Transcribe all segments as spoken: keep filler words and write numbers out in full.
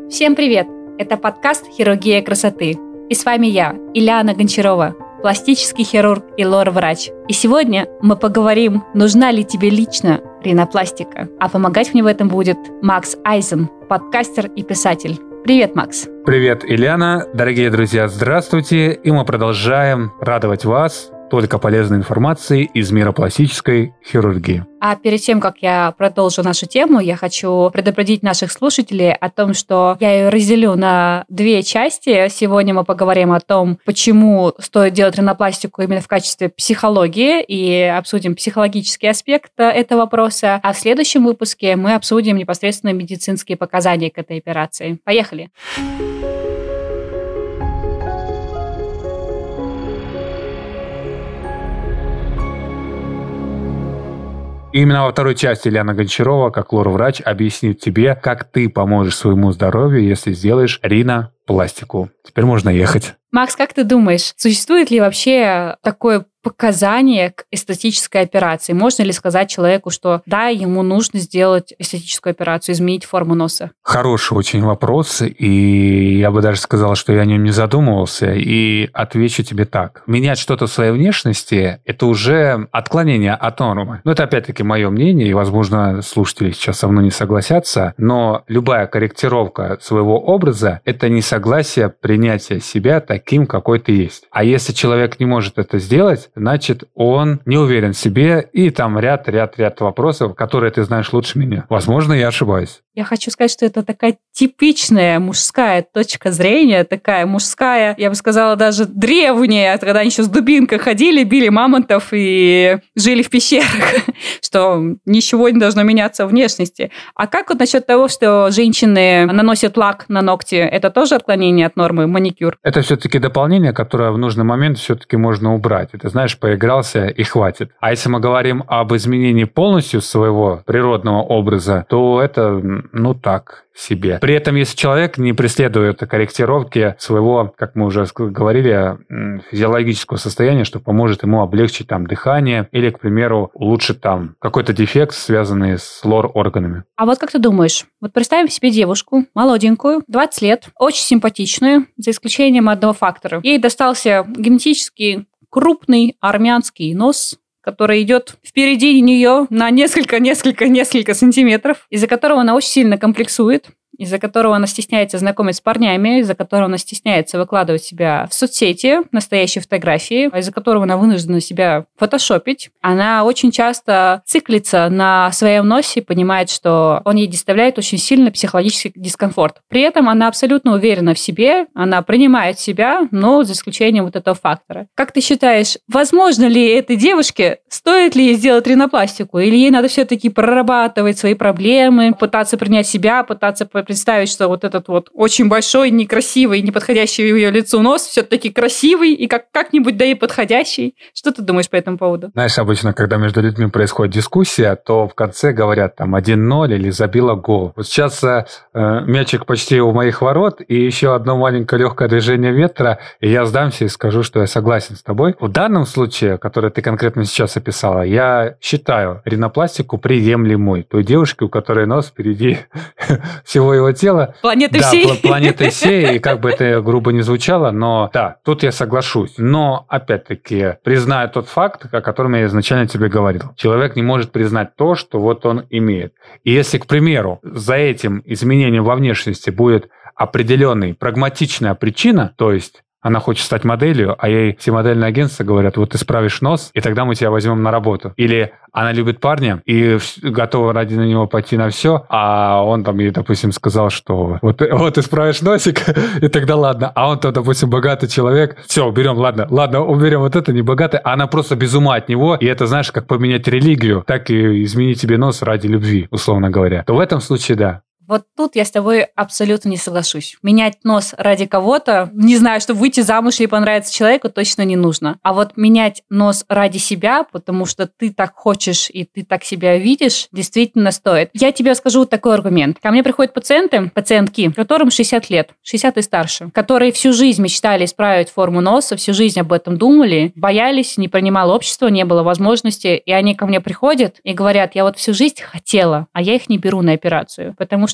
Всем привет! Это подкаст «Хирургия красоты». И с вами я, Ильяна Гончарова, пластический хирург и лор-врач. И сегодня мы поговорим, нужна ли тебе лично ринопластика. А помогать мне в этом будет Макс Айзен, подкастер и писатель. Привет, Макс! Привет, Ильяна! Дорогие друзья, здравствуйте! И мы продолжаем радовать вас только полезной информацией из мира пластической хирургии. А перед тем, как я продолжу нашу тему, я хочу предупредить наших слушателей о том, что я ее разделю на две части. Сегодня мы поговорим о том, почему стоит делать ринопластику именно в качестве психологии и обсудим психологический аспект этого вопроса. А в следующем выпуске мы обсудим непосредственно медицинские показания к этой операции. Поехали! И именно во второй части Ильяна Гончарова, как лор-врач, объяснит тебе, как ты поможешь своему здоровью, если сделаешь ринопластику. Теперь можно ехать. Макс, как ты думаешь, существует ли вообще такое показание к эстетической операции? Можно ли сказать человеку, что да, ему нужно сделать эстетическую операцию, изменить форму носа? Хороший очень вопрос, и я бы даже сказал, что я о нем не задумывался, и отвечу тебе так. Менять что-то в своей внешности – это уже отклонение от нормы. Но это опять-таки мое мнение, и, возможно, слушатели сейчас со мной не согласятся, но любая корректировка своего образа – это не согласие принятия себя таким, какой ты есть. А если человек не может это сделать, значит, он не уверен в себе, и там ряд-ряд-ряд вопросов, которые ты знаешь лучше меня. Возможно, я ошибаюсь. Я хочу сказать, что это такая типичная мужская точка зрения, такая мужская, я бы сказала, даже древняя, когда они еще с дубинкой ходили, били мамонтов и жили в пещерах, что ничего не должно меняться в внешности. А как вот насчет того, что женщины наносят лак на ногти, это тоже отклонение от нормы, маникюр? Это все-таки дополнение, которое в нужный момент все-таки можно убрать. Это, знаешь, поигрался и хватит. А если мы говорим об изменении полностью своего природного образа, то это, ну так себе. При этом, если человек не преследует корректировки своего, как мы уже говорили, физиологического состояния, что поможет ему облегчить там дыхание или, к примеру, улучшить там какой-то дефект, связанный с лор-органами. А вот как ты думаешь, вот представим себе девушку, молоденькую, двадцать лет, очень симпатичную, за исключением одного фактора. Ей достался генетически крупный армянский нос, который идет впереди нее на несколько-несколько-несколько сантиметров, из-за которого она очень сильно комплексует, из-за которого она стесняется знакомиться с парнями, из-за которого она стесняется выкладывать себя в соцсети, настоящие фотографии, из-за которого она вынуждена себя фотошопить. Она очень часто циклится на своем носе, понимает, что он ей доставляет очень сильный психологический дискомфорт. При этом она абсолютно уверена в себе, она принимает себя, но за исключением вот этого фактора. Как ты считаешь, возможно ли этой девушке, стоит ли ей сделать ринопластику, или ей надо все-таки прорабатывать свои проблемы, пытаться принять себя, пытаться представить, что вот этот вот очень большой, некрасивый, неподходящий ее лицу нос все-таки красивый и как- как-нибудь да и подходящий. Что ты думаешь по этому поводу? Знаешь, обычно, когда между людьми происходит дискуссия, то в конце говорят там один ноль или забила гол. Вот сейчас э, мячик почти у моих ворот, и еще одно маленькое легкое движение ветра, и я сдамся и скажу, что я согласен с тобой. В данном случае, который ты конкретно сейчас описала, я считаю ринопластику приемлемой. Той девушке, у которой нос впереди всего его тела. Планеты да, всей. Пл- планеты всей, и как бы это грубо не звучало, но да, тут я соглашусь. Но, опять-таки, признаю тот факт, о котором я изначально тебе говорил. Человек не может признать то, что вот он имеет. И если, к примеру, за этим изменением во внешности будет определенная прагматичная причина, то есть она хочет стать моделью, а ей все модельные агентства говорят, вот ты справишь нос, и тогда мы тебя возьмем на работу. Или она любит парня и готова ради на него пойти на все, а он там ей, допустим, сказал, что вот, вот ты справишь носик, и тогда ладно. А он-то, допустим, богатый человек, все, уберем, ладно, ладно, уберем вот это, не богатый, а она просто без ума от него, и это, знаешь, как поменять религию, так и изменить тебе нос ради любви, условно говоря. То в этом случае да. Вот тут я с тобой абсолютно не соглашусь. Менять нос ради кого-то, не знаю, чтобы выйти замуж или понравиться человеку, точно не нужно. А вот менять нос ради себя, потому что ты так хочешь и ты так себя видишь, действительно стоит. Я тебе скажу такой аргумент. Ко мне приходят пациенты, пациентки, которым шестьдесят лет, шестьдесят и старше, которые всю жизнь мечтали исправить форму носа, всю жизнь об этом думали, боялись, не принимало общество, не было возможности, и они ко мне приходят и говорят, я вот всю жизнь хотела, а я их не беру на операцию, потому что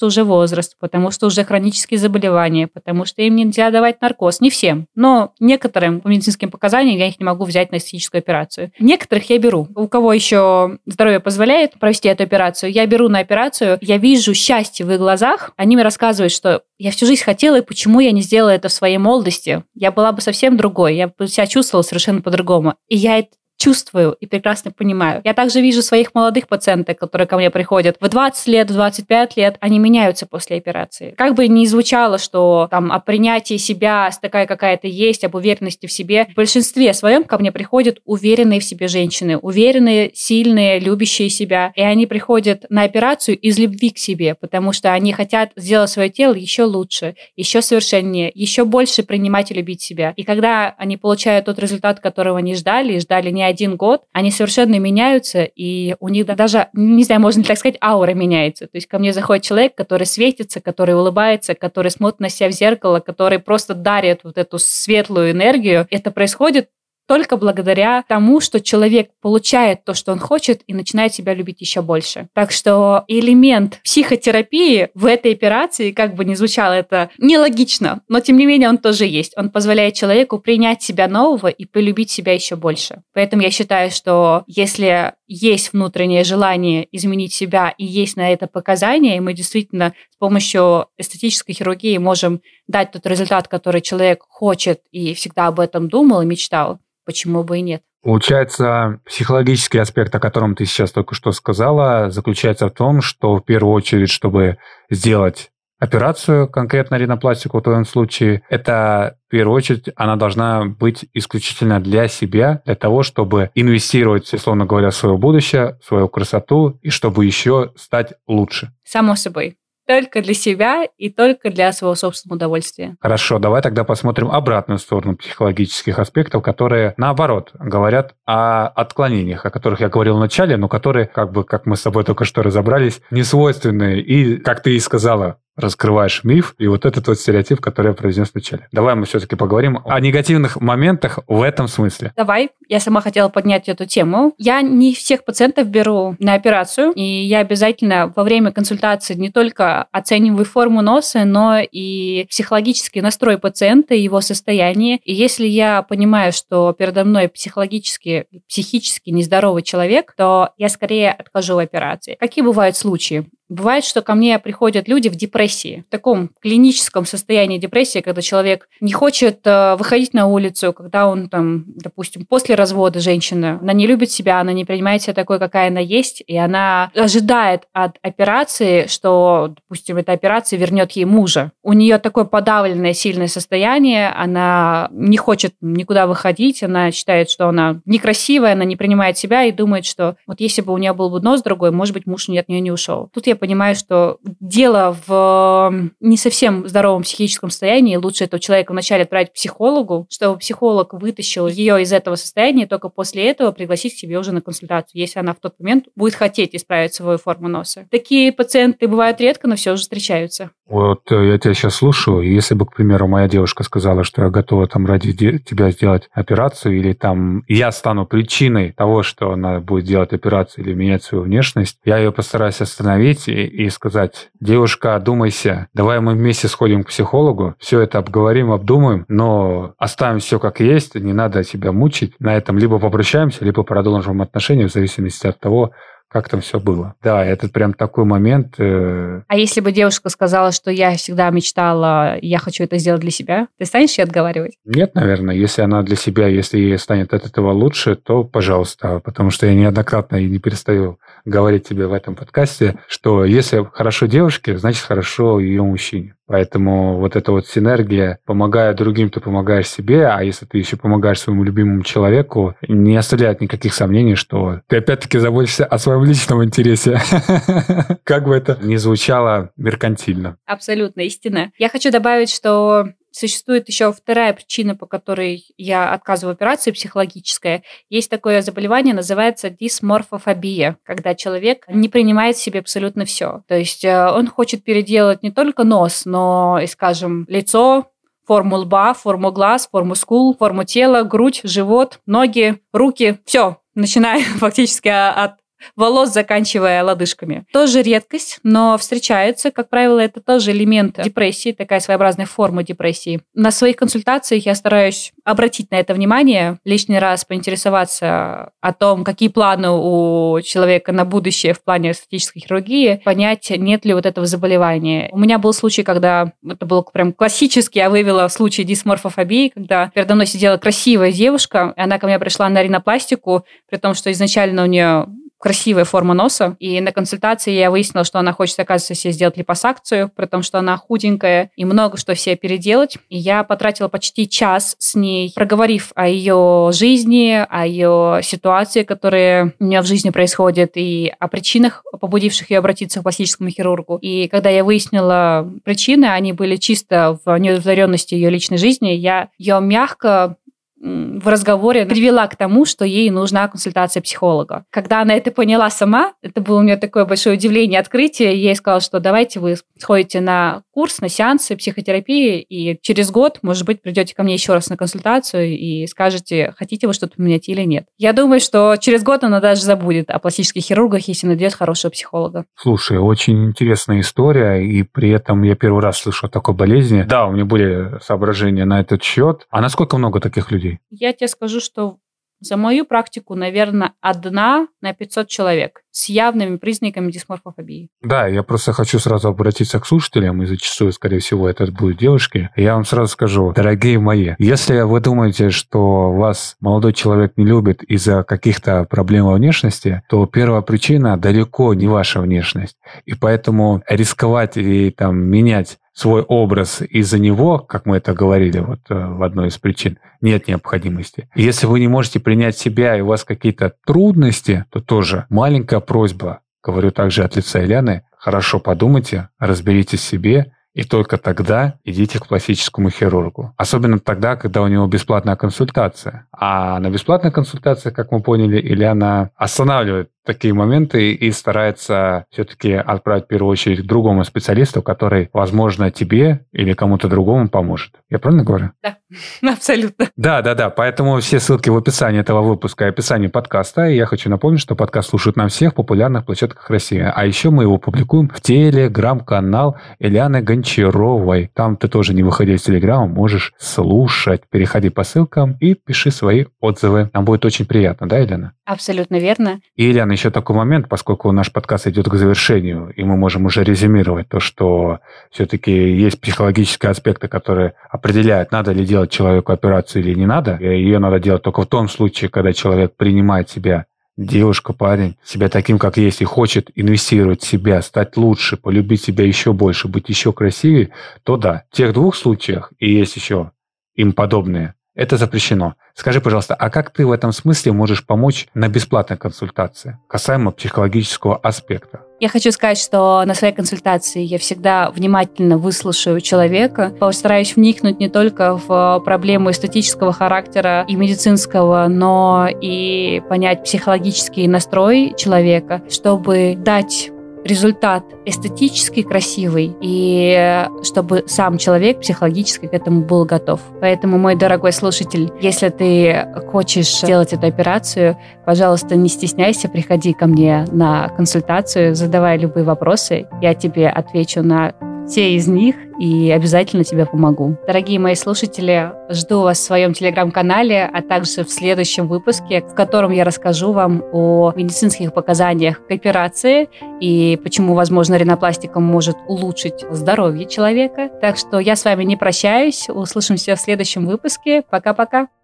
что уже возраст, потому что уже хронические заболевания, потому что им нельзя давать наркоз. Не всем, но некоторым по медицинским показаниям я их не могу взять на эстетическую операцию. Некоторых я беру. У кого еще здоровье позволяет провести эту операцию, я беру на операцию, я вижу счастье в их глазах, они мне рассказывают, что я всю жизнь хотела, и почему я не сделала это в своей молодости. Я была бы совсем другой, я бы себя чувствовала совершенно по-другому. И я это чувствую и прекрасно понимаю. Я также вижу своих молодых пациенток, которые ко мне приходят в двадцать лет, в двадцать пять лет, они меняются после операции. Как бы ни звучало, что там о принятии себя такая какая-то есть, об уверенности в себе, в большинстве своем ко мне приходят уверенные в себе женщины, уверенные, сильные, любящие себя, и они приходят на операцию из любви к себе, потому что они хотят сделать свое тело еще лучше, еще совершеннее, еще больше принимать и любить себя. И когда они получают тот результат, которого они ждали, и ждали не один год, они совершенно меняются, и у них даже, не знаю, можно ли так сказать, аура меняется. То есть ко мне заходит человек, который светится, который улыбается, который смотрит на себя в зеркало, который просто дарит вот эту светлую энергию. Это происходит только благодаря тому, что человек получает то, что он хочет, и начинает себя любить еще больше. Так что элемент психотерапии в этой операции, как бы ни звучало это нелогично, но тем не менее он тоже есть. Он позволяет человеку принять себя нового и полюбить себя еще больше. Поэтому я считаю, что если есть внутреннее желание изменить себя и есть на это показания, и мы действительно с помощью эстетической хирургии можем дать тот результат, который человек хочет и всегда об этом думал и мечтал, почему бы и нет? Получается, психологический аспект, о котором ты сейчас только что сказала, заключается в том, что в первую очередь, чтобы сделать операцию, конкретно ринопластику в твоем случае, это в первую очередь она должна быть исключительно для себя, для того, чтобы инвестировать, условно говоря, в свое будущее, в свою красоту, и чтобы еще стать лучше. Само собой. Только для себя и только для своего собственного удовольствия. Хорошо, давай тогда посмотрим обратную сторону психологических аспектов, которые, наоборот, говорят о отклонениях, о которых я говорил в начале, но которые, как бы, как мы с тобой только что разобрались, не свойственны. И, как ты и сказала, раскрываешь миф и вот этот вот стереотип, который я произнес в начале. Давай мы все-таки поговорим о негативных моментах в этом смысле. Давай. Я сама хотела поднять эту тему. Я не всех пациентов беру на операцию, и я обязательно во время консультации не только оцениваю форму носа, но и психологический настрой пациента, его состояние. И если я понимаю, что передо мной психологически, психически нездоровый человек, то я скорее откажу в операции. Какие бывают случаи? Бывает, что ко мне приходят люди в депрессии, в таком клиническом состоянии депрессии, когда человек не хочет э, выходить на улицу, когда он там, допустим, после развода женщина, она не любит себя, она не принимает себя такой, какая она есть, и она ожидает от операции, что, допустим, эта операция вернет ей мужа. У нее такое подавленное сильное состояние, она не хочет никуда выходить, она считает, что она некрасивая, она не принимает себя и думает, что вот если бы у нее был бы нос другой, может быть, муж от нее не ушел. Тут я понимаю, что дело в не совсем здоровом психическом состоянии. Лучше этого человека вначале отправить к психологу, чтобы психолог вытащил ее из этого состояния, и только после этого пригласить к себе уже на консультацию, если она в тот момент будет хотеть исправить свою форму носа. Такие пациенты бывают редко, но все же встречаются. Вот я тебя сейчас слушаю, и если бы, к примеру, моя девушка сказала, что я готова там ради тебя сделать операцию, или там я стану причиной того, что она будет делать операцию или менять свою внешность, я ее постараюсь остановить и, и сказать: девушка, одумайся, давай мы вместе сходим к психологу, все это обговорим, обдумаем, но оставим все как есть, не надо себя мучить. На этом либо попрощаемся, либо продолжим отношения в зависимости от того, как там все было. Да, это прям такой момент. Э... А если бы девушка сказала, что я всегда мечтала, я хочу это сделать для себя, ты станешь ей отговаривать? Нет, наверное. Если она для себя, если ей станет от этого лучше, то пожалуйста. Потому что я неоднократно и не перестаю говорить тебе в этом подкасте, что если хорошо девушке, значит хорошо ее мужчине. Поэтому вот эта вот синергия, помогая другим, ты помогаешь себе, а если ты еще помогаешь своему любимому человеку, не оставляет никаких сомнений, что ты опять-таки заботишься о своем личном интересе. Как бы это ни звучало меркантильно. Абсолютно истина. Я хочу добавить, что существует еще вторая причина, по которой я отказываю в операции, психологическая. Есть такое заболевание, называется дисморфофобия, когда человек не принимает в себе абсолютно все. То есть он хочет переделать не только нос, но и, скажем, лицо, форму лба, форму глаз, форму скул, форму тела, грудь, живот, ноги, руки, все, начиная фактически от волос, заканчивая лодыжками. Тоже редкость, но встречается. Как правило, это тоже элемент депрессии, такая своеобразная форма депрессии. На своих консультациях я стараюсь обратить на это внимание, лишний раз поинтересоваться о том, какие планы у человека на будущее в плане эстетической хирургии, понять, нет ли вот этого заболевания. У меня был случай, когда это был прям классический, я вывела случай дисморфофобии, когда передо мной сидела красивая девушка, и она ко мне пришла на ринопластику, при том, что изначально у нее красивая форма носа. И на консультации я выяснила, что она хочет, оказывается, себе сделать липосакцию, при том, что она худенькая, и много что себе переделать. И я потратила почти час с ней, проговорив о ее жизни, о ее ситуации, которые у нее в жизни происходят, и о причинах, побудивших ее обратиться к пластическому хирургу. И когда я выяснила причины, они были чисто в неудовлетворенности ее личной жизни, я ее мягко в разговоре привела к тому, что ей нужна консультация психолога. Когда она это поняла сама, это было у нее такое большое удивление, открытие, я ей сказала, что давайте вы сходите на курс, на сеансы психотерапии, и через год, может быть, придете ко мне еще раз на консультацию и скажете, хотите вы что-то поменять или нет. Я думаю, что через год она даже забудет о пластических хирургах, если найдет хорошего психолога. Слушай, очень интересная история, и при этом я первый раз слышу о такой болезни. Да, у меня были соображения на этот счет. А насколько много таких людей? Я тебе скажу, что за мою практику, наверное, одна на пятьсот человек с явными признаками дисморфофобии. Да, я просто хочу сразу обратиться к слушателям, и зачастую, скорее всего, это будут девушки. Я вам сразу скажу, дорогие мои, если вы думаете, что вас молодой человек не любит из-за каких-то проблем во внешности, то первая причина далеко не ваша внешность. И поэтому рисковать и там менять свой образ из-за него, как мы это говорили вот в одной из причин, нет необходимости. Если вы не можете принять себя и у вас какие-то трудности, то тоже маленькая просьба, говорю также от лица Елены, хорошо подумайте, разберитесь в себе, и только тогда идите к пластическому хирургу. Особенно тогда, когда у него бесплатная консультация. А на бесплатной консультации, как мы поняли, Ильяна останавливает такие моменты и старается все-таки отправить в первую очередь к другому специалисту, который, возможно, тебе или кому-то другому поможет. Я правильно говорю? Да, абсолютно. Да, да, да. Поэтому все ссылки в описании этого выпуска и описании подкаста. И я хочу напомнить, что подкаст слушают на всех популярных площадках России. А еще мы его публикуем в телеграм-канал Ильяны Гончаровой. Там ты тоже, не выходя из телеграма, можешь слушать. Переходи по ссылкам и пиши свои отзывы. Нам будет очень приятно, да, Елена? Абсолютно верно. И, Ильяна, еще такой момент, поскольку наш подкаст идет к завершению, и мы можем уже резюмировать то, что все-таки есть психологические аспекты, которые определяют, надо ли делать человеку операцию или не надо. И ее надо делать только в том случае, когда человек принимает себя, девушка, парень, себя таким, как есть, и хочет инвестировать в себя, стать лучше, полюбить себя еще больше, быть еще красивее, то да, в тех двух случаях, и есть еще им подобные, это запрещено. Скажи, пожалуйста, а как ты в этом смысле можешь помочь на бесплатной консультации, касаемо психологического аспекта? Я хочу сказать, что на своей консультации я всегда внимательно выслушаю человека, постараюсь вникнуть не только в проблему эстетического характера и медицинского, но и понять психологический настрой человека, чтобы дать результат эстетически красивый, и чтобы сам человек психологически к этому был готов. Поэтому, мой дорогой слушатель, если ты хочешь сделать эту операцию, пожалуйста, не стесняйся, приходи ко мне на консультацию, задавай любые вопросы, я тебе отвечу на все из них и обязательно тебе помогу. Дорогие мои слушатели, жду вас в своем телеграм-канале, а также в следующем выпуске, в котором я расскажу вам о медицинских показаниях к операции и почему, возможно, ринопластика может улучшить здоровье человека. Так что я с вами не прощаюсь. Услышимся в следующем выпуске. Пока-пока.